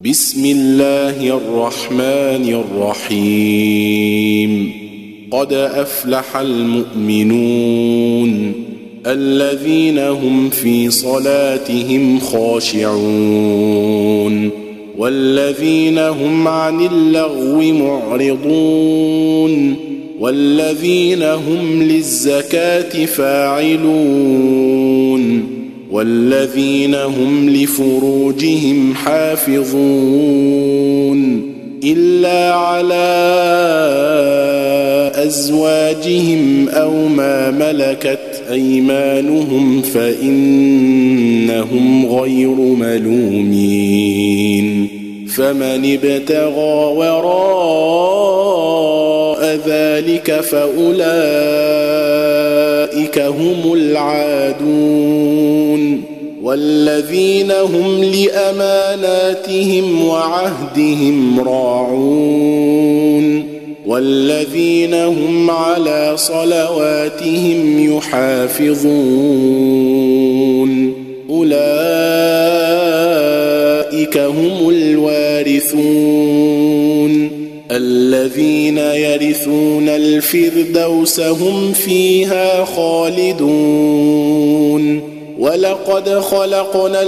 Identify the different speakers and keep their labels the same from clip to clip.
Speaker 1: بسم الله الرحمن الرحيم قد أفلح المؤمنون الذين هم في صلاتهم خاشعون والذين هم عن اللغو معرضون والذين هم للزكاة فاعلون والذين هم لفروجهم حافظون إلا على أزواجهم أو ما ملكت أيمانهم فإنهم غير ملومين فمن ابتغى وراء ذلك فأولئك هم العادون والذين هم لأماناتهم وعهدهم راعون والذين هم على صلواتهم يحافظون أولئك هم الوارثون الذين يرثون الفردوس هم فيها خالدون ولقد خلقنا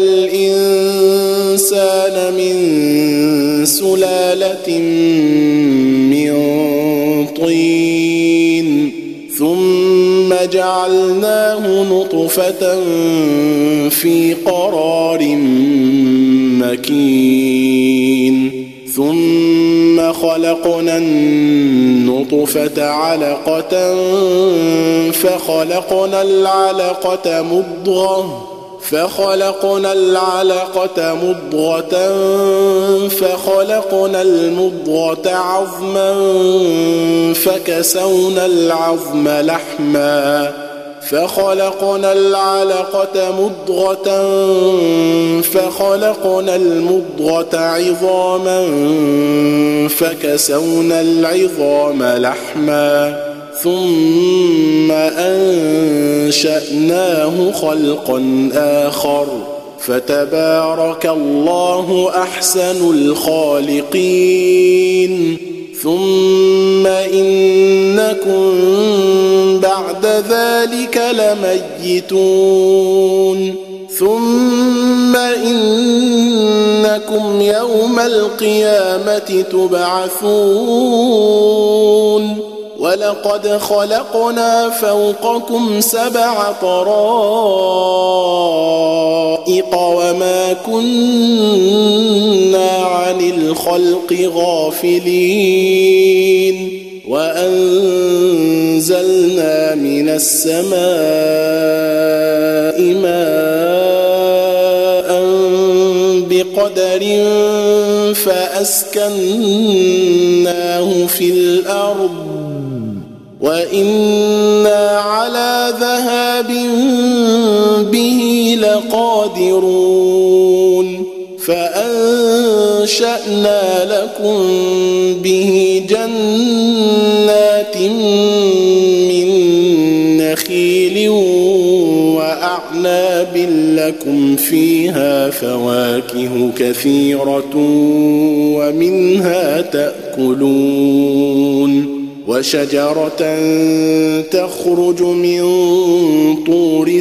Speaker 1: الإنسان من سلالة من طين ثم جعلناه نطفة في قرار مكين ثم خلقنا النطفة علقة فخلقنا العلقة مضغة فخلقنا المضغة عظما فكسونا العظم لحما فخلقنا العلقة مضغة فخلقنا المضغة عظاما فكسونا العظام لحما ثم أنشأناه خلقا آخر فتبارك الله أحسن الخالقين ثم إنكم بعد ذلك لميتون ثم إنكم يوم القيامة تبعثون ولقد خلقنا فوقكم 7 طرائق وما كنا عن الخلق غافلين وأنزلنا من السماء ماء بقدر فأسكناه في الأرض وإنا على ذهاب به لقادرون فأنشأنا لكم به جنات من نخيل وأعناب لكم فيها فواكه كثيرة ومنها تأكلون وشجرة تخرج من طور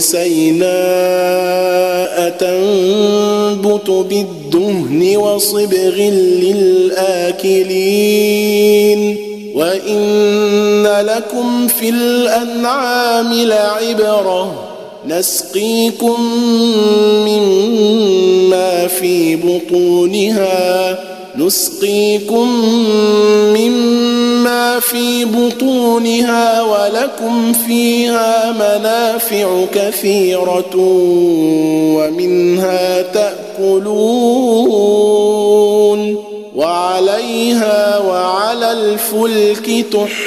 Speaker 1: سيناء تنبت بالدهن وصبغ للآكلين وإن لكم في الأنعام لعبرة نسقيكم مما في بطونها ولكم فيها منافع كثيرة ومنها تأكلون وعليها وعلى الفلك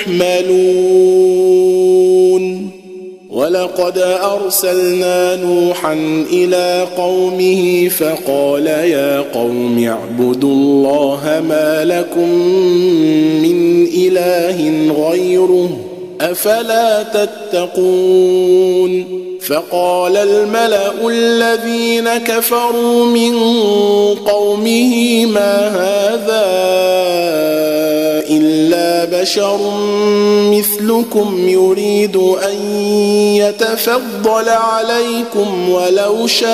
Speaker 1: تحملون ولقد أرسلنا نوحا إلى قومه فقال يا قوم اعبدوا الله ما لكم من إله غيره أفلا تتقون فقال الملأ الذين كفروا من قومه ما هذا إلا بشر مثلكم يريد أن يتفضل عليكم ولو شاء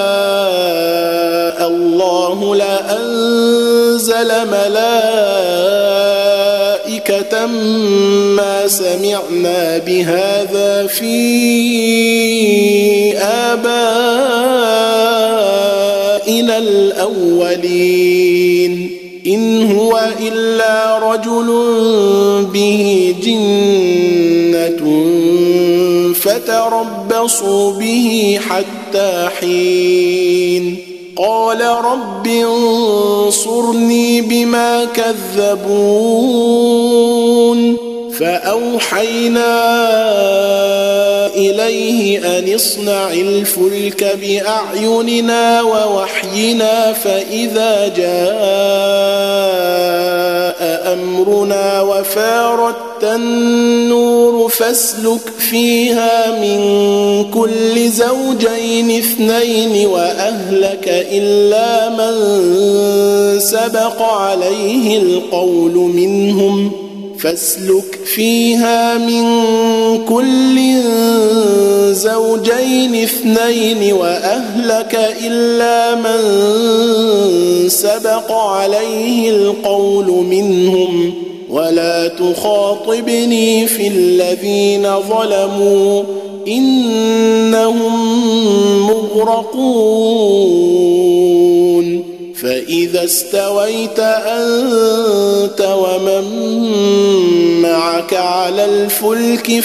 Speaker 1: الله لأنزل ملائكة ما سمعنا بهذا في آبائنا الأولين إن هو إلا رجل به جنة فتربصوا به حتى حين قال رب انصرني بما كذبون فأوحينا إليه أن اصنع الفلك بأعيننا ووحينا فإذا جاء أمرنا وفارت النور فاسلك فيها من كل زوجين اثنين وأهلك إلا من سبق عليه القول منهم فاسلك فيها من كل زوجين اثنين وأهلك إلا من سبق عليه القول منهم ولا تخاطبني في الذين ظلموا إنهم مغرقون فإذا استويت أنت ومن معك على الفلك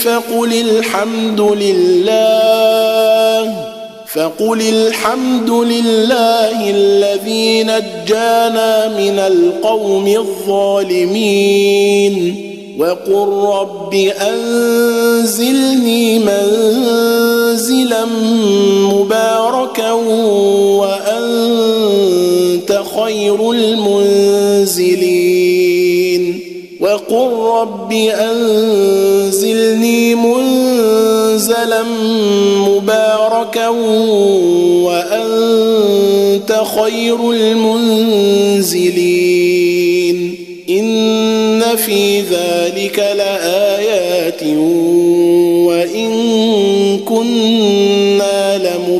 Speaker 1: فقل الحمد لله الذي نجانا من القوم الظالمين وقل رب أنزلني منزلا مباركا وأنت خير المنزلين وقل رب أنزلني منزلا مباركا وأنت خير المنزلين إن في ذلك لآيات وإن كنا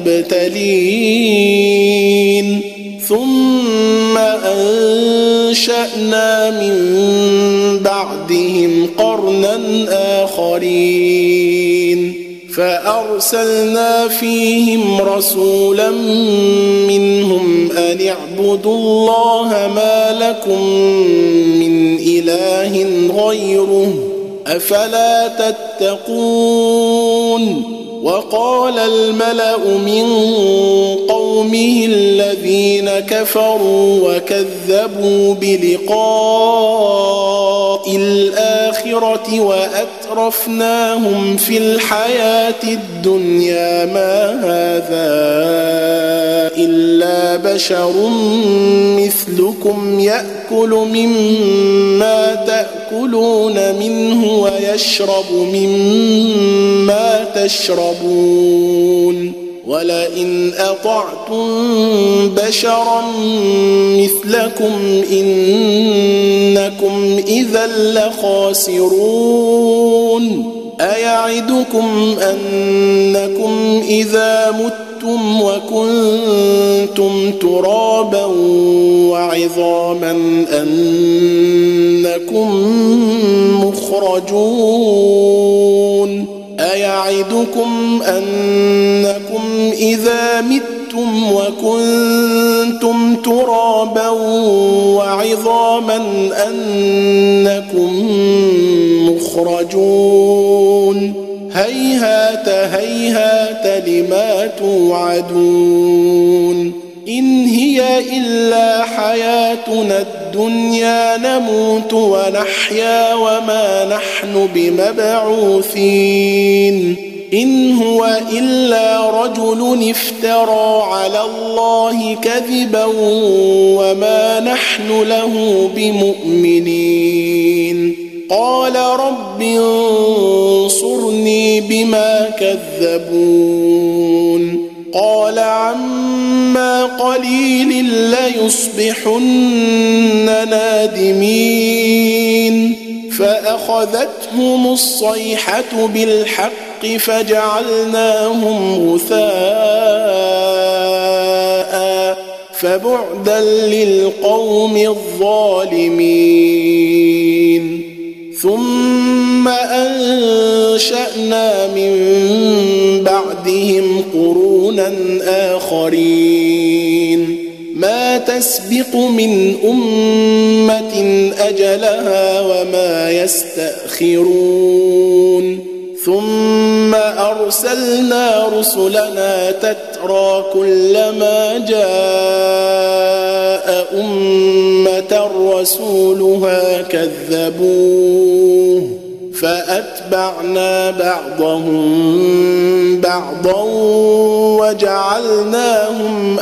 Speaker 1: لمبتلين ثم أنشأنا من بعدهم قرنا آخرين فأرسلنا فيهم رسولا منهم أن اعبدوا الله ما لكم من إله غيره أفلا تتقون وقال الملأ من قومه الذين كفروا وكذبوا بلقاء الآخرة وأترفناهم في الحياة الدنيا ما هذا إلا بشر مثلكم يأكل مما تأكلون منه ويشرب مما تشربون ولئن أطعتم بشرا مثلكم إنكم إذا لخاسرون أيعدكم أنكم إذا متم وكنتم ترابا وعظاما أنكم مخرجون أيعدكم أنكم إذا متم وكنتم ترابا وعظاما أنكم مخرجون هيهات هيهات لما توعدون إن هي إلا حياتنا الدنيا نموت ونحيا وما نحن بمبعوثين إن هو إلا رجل افترى على الله كذبا وما نحن له بمؤمنين قال رب انصرني بما كذبون قال عما قليل ليصبحن نادمين فأخذتهم الصيحة بالحق فجعلناهم غثاء فبعدا للقوم الظالمين ثم أنشأنا من بعدهم قرونا آخرين ما تسبق من أمة أجلها وما يستأخرون ثم أرسلنا رسلنا تترى كلما جاء أمة رسولها كذبوه فأتبعنا بعضهم بعضا وجعلناهم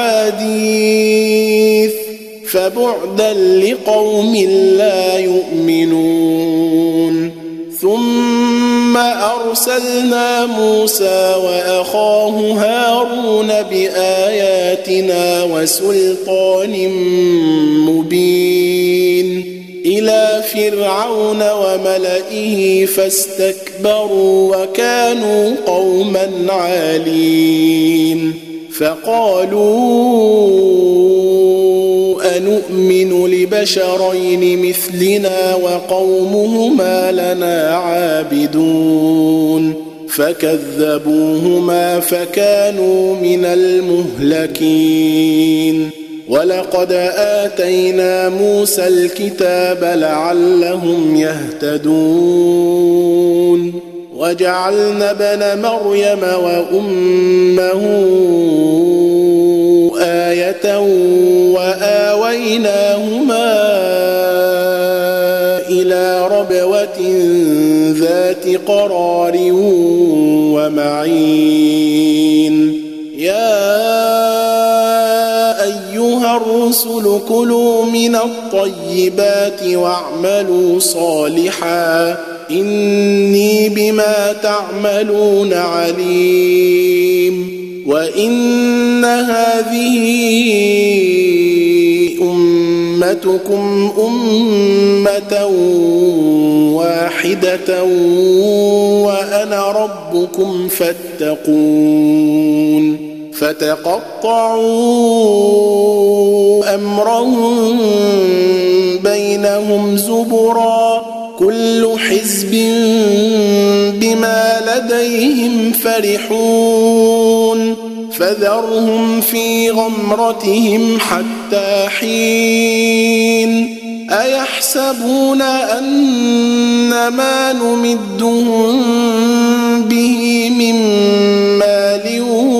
Speaker 1: أحاديث فبعدا لقوم لا يؤمنون ثم أرسلنا موسى وأخاه هارون بآياتنا وسلطان مبين إلى فرعون وملئه فاستكبروا وكانوا قوما عالين فقالوا أنؤمن لبشرين مثلنا وقومهما لنا عابدون فكذبوهما فكانوا من المهلكين ولقد آتينا موسى الكتاب لعلهم يهتدون وجعلنا ابن مريم وأمه آية وآويناهما إلى ربوة ذات قرار ومعين يا أيها الرسل كلوا من الطيبات واعملوا صالحا إني بما تعملون عليم وإن هذه أمتكم أمة واحدة وأنا ربكم فاتقون فتقطعوا أمرهم بينهم زبرا كل حزب بما لديهم فرحون فذرهم في غمرتهم حتى حين أيحسبون أن ما نمدهم به من مال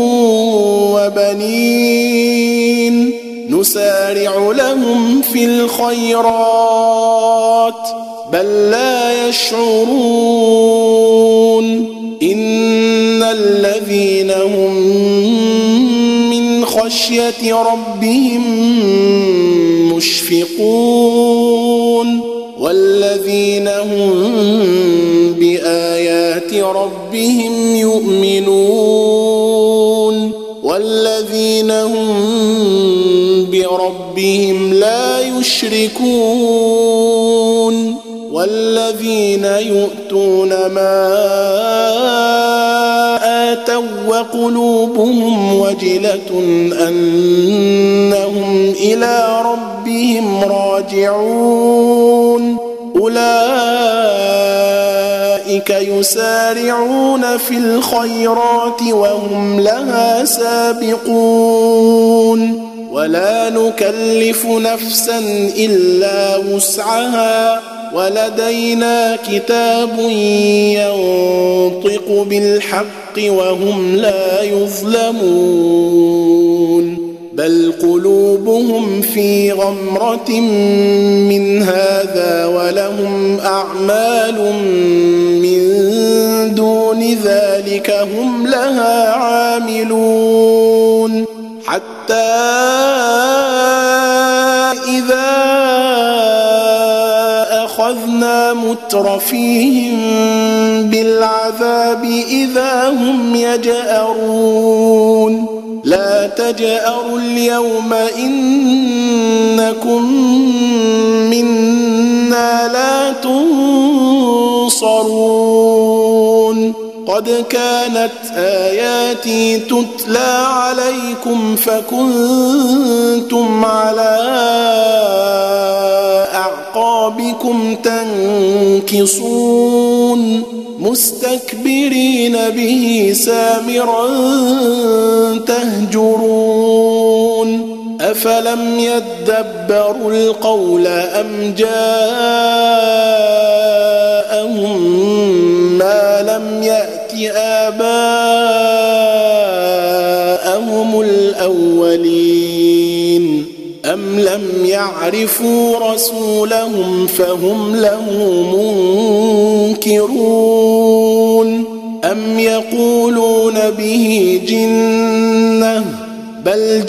Speaker 1: وبنين نسارع لهم في الخيرات بل لا يشعرون إن الذين هم من خشية ربهم مشفقون والذين هم بآيات ربهم يؤمنون والذين هم بربهم لا يشركون والذين يؤتون ما آتوا وقلوبهم وجلة أنهم إلى ربهم راجعون أولئك يسارعون في الخيرات وهم لها سابقون ولا نكلف نفسا إلا وسعها ولدينا كتاب ينطق بالحق وهم لا يظلمون بل قلوبهم في غمرة من هذا ولهم أعمال من دون ذلك هم لها عاملون حتى إذا أخذنا مترفيهم بالعذاب إذا هم يجأرون لا تجأروا اليوم إنكم منا لا تنصرون قد كانت آياتي تتلى عليكم فكنتم على أعقابكم تنكصون مستكبرين به سامرا تهجرون أفلم يدبروا القول أم جاءهم ما لم يأت آباءهم الأولين أم لم يعرفوا رسولهم فهم له منكرون أم يقولون به جنة بل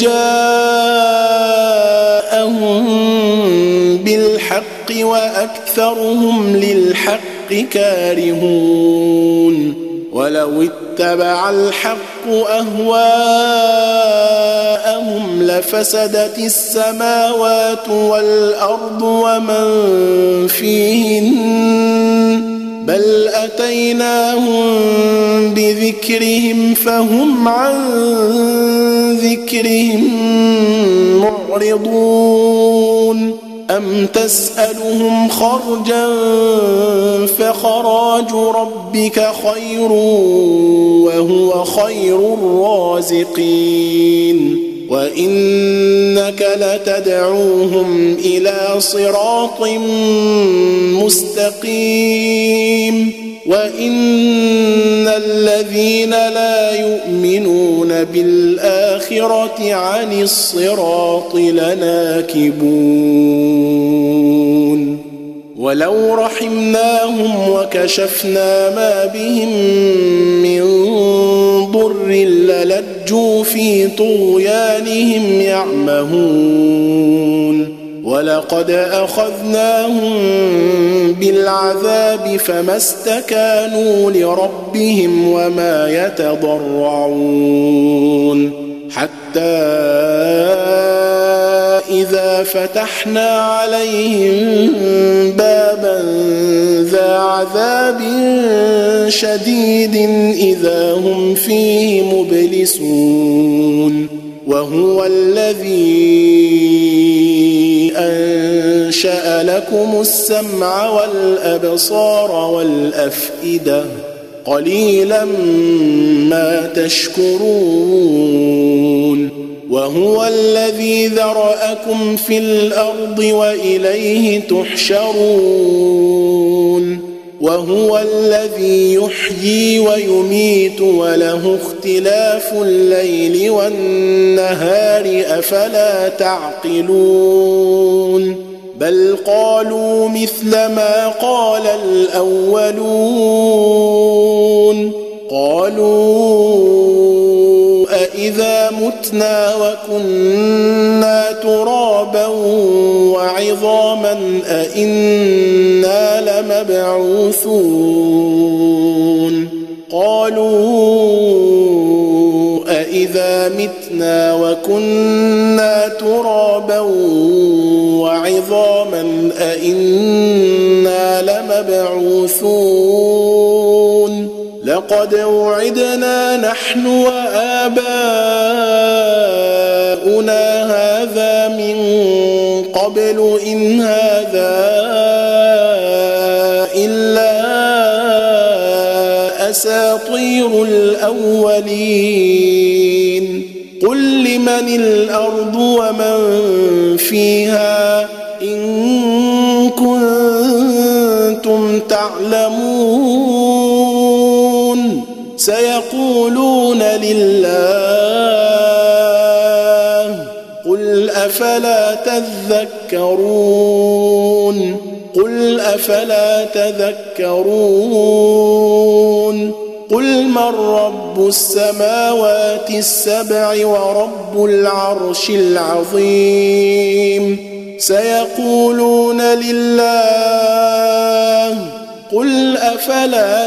Speaker 1: جاءهم بالحق وأكثرهم للحق كارهون ولو اتبع الحق أهواءهم لفسدت السماوات والأرض ومن فيهن بل أتيناهم بذكرهم فهم عن ذكرهم معرضون أم تسألهم خرجا فخراج ربك خير وهو خير الرازقين وإنك لتدعوهم إلى صراط مستقيم وإن الذين لا يؤمنون بالآخرة عن الصراط لناكبون ولو رحمناهم وكشفنا ما بهم من ضر للجوا في طغيانهم يعمهون ولقد أخذناهم بالعذاب فما استكانوا لربهم وما يتضرعون حتى إذا فتحنا عليهم بابا ذا عذاب شديد إذا هم فيه مبلسون وهو الذي أنشأ لكم السمع والأبصار والأفئدة قليلا ما تشكرون وهو الذي ذرأكم في الأرض وإليه تحشرون وهو الذي يحيي ويميت وله اختلاف الليل والنهار أفلا تعقلون بل قالوا مثل ما قال الأولون قالوا أإذا متنا وكنا ترابا وعظاما أإنا لمبعوثون قالوا أإذا متنا وكنا ترابا وعظاما أإنا لمبعوثون لقد وعدنا نحن وآباؤنا هذا من قبل إن هذا إلا أساطير الأولين قل لمن الأرض ومن فيها إن كنتم تعلمون سيقولون لله قل أفلا تذكرون قل أفلا تذكرون قل من رب السماوات السبع ورب العرش العظيم سيقولون لله قل أفلا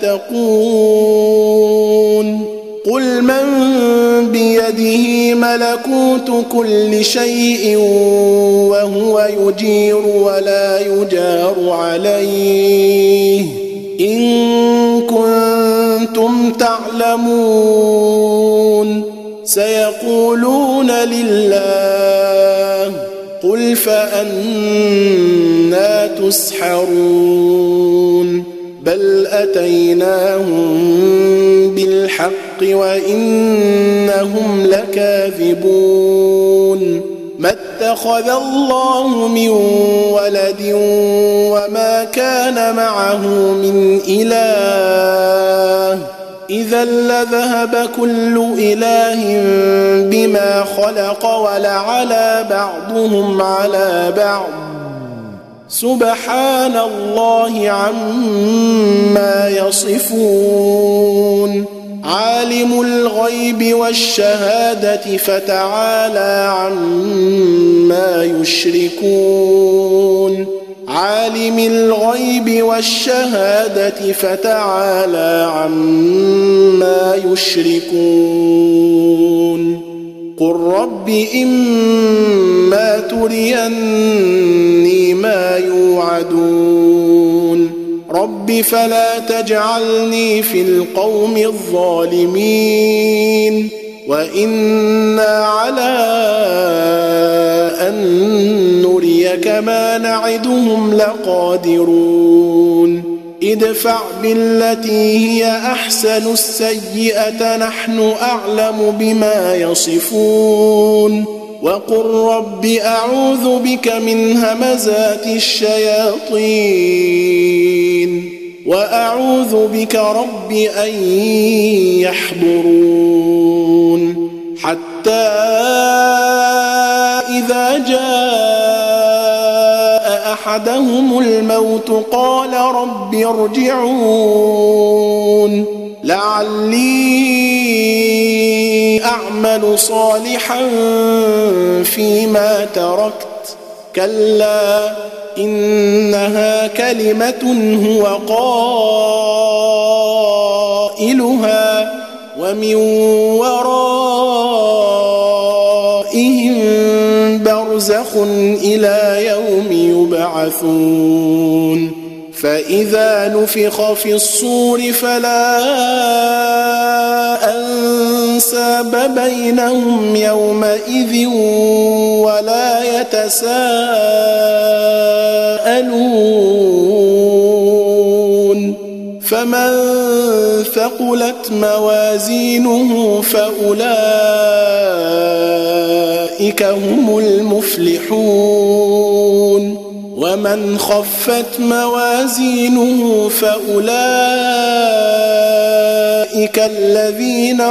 Speaker 1: تتقون قل من بيده ملكوت كل شيء وهو يجير ولا يجار عليه إن كنتم تعلمون سيقولون لله قل فأنى تسحرون بل أتيناهم بالحق وإنهم لكاذبون ما اتخذ الله من ولد وما كان معه من إله إذا لذهب كل إله بما خلق ولعلى بعضهم على بعض سبحان الله عما يصفون عالم الغيب والشهادة فتعالى عما يشركون عالم الغيب والشهادة فتعالى عما يشركون قل رب إما تريني ما يوعدون رب فلا تجعلني في القوم الظالمين وإنا على أن نريك ما نعدهم لقادرون ادفع بالتي هي أحسن السيئة نحن أعلم بما يصفون وقل رب أعوذ بك من همزات الشياطين وأعوذ بك رب أن يحضرون حتى إذا جاء أحدهم الموت قال رب ارجعون لعلي أعمل صالحا فيما تركت كلا إنها كلمة هو قائلها ومن ورائهم برزخ إلى يوم يبعثون فإذا نفخ في الصور فلا أنساب بينهم يومئذ ولا يتساءلون فمن ثقلت موازينه فأولئك هم المفلحون ومن خفت موازينه فأولئك الذين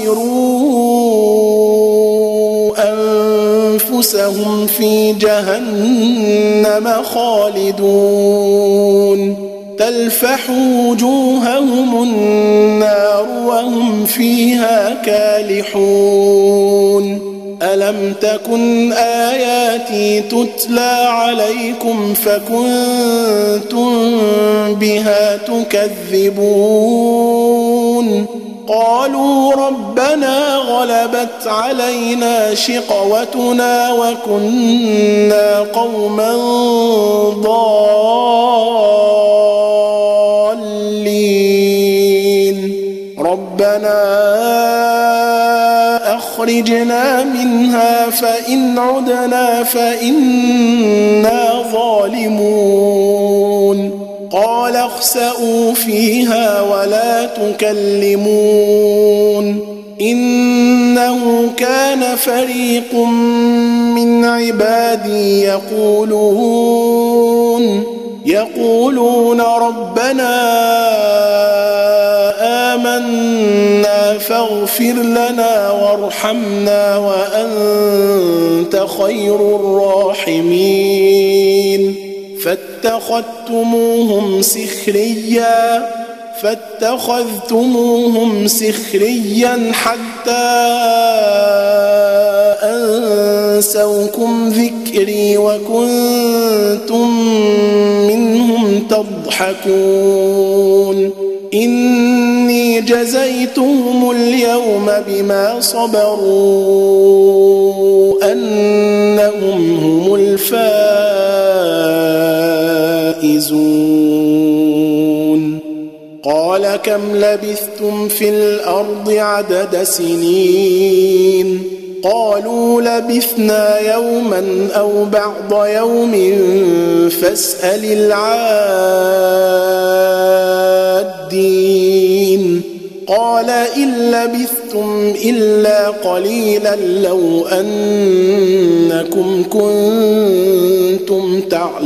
Speaker 1: خسروا أنفسهم في جهنم خالدون تلفح وجوههم النار وهم فيها كالحون ألم تكن آياتي تتلى عليكم فكنتم بها تكذبون قالوا ربنا غلبت علينا شقوتنا وكنا قوما ضالين ربنا أخرجنا منها فإن عدنا فإنا ظالمون قال اخسئوا فيها ولا تكلمون إنه كان فريق من عبادي يقولون ربنا آمنا فاغفر لنا وارحمنا وأنت خير الراحمين فاتخذتموهم سخريا حتى أنسوكم ذكري وكنتم منهم تضحكون إني جزيتهم اليوم بما صبروا أنهم هم الفائزون قال كم لبثتم في الأرض عدد سنين قالوا لبثنا يوما أو بعض يوم فاسأل العادين قال إن لبثتم إلا قليلا لو أنكم كنتم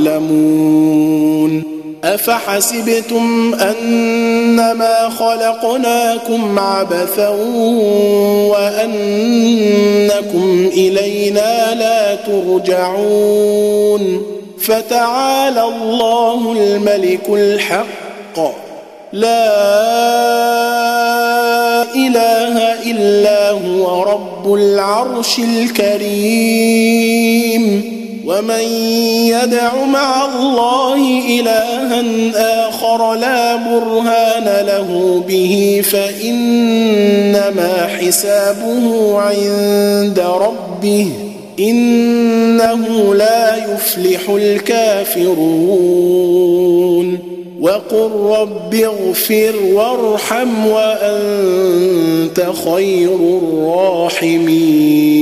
Speaker 1: تعلمون أفحسبتم أنما خلقناكم عبثا وأنكم إلينا لا ترجعون فتعالى الله الملك الحق لا إله إلا هو رب العرش الكريم ومن يدع مع الله إلها آخر لا برهان له به فإنما حسابه عند ربه إنه لا يفلح الكافرون وقل رب اغفر وارحم وأنت خير الراحمين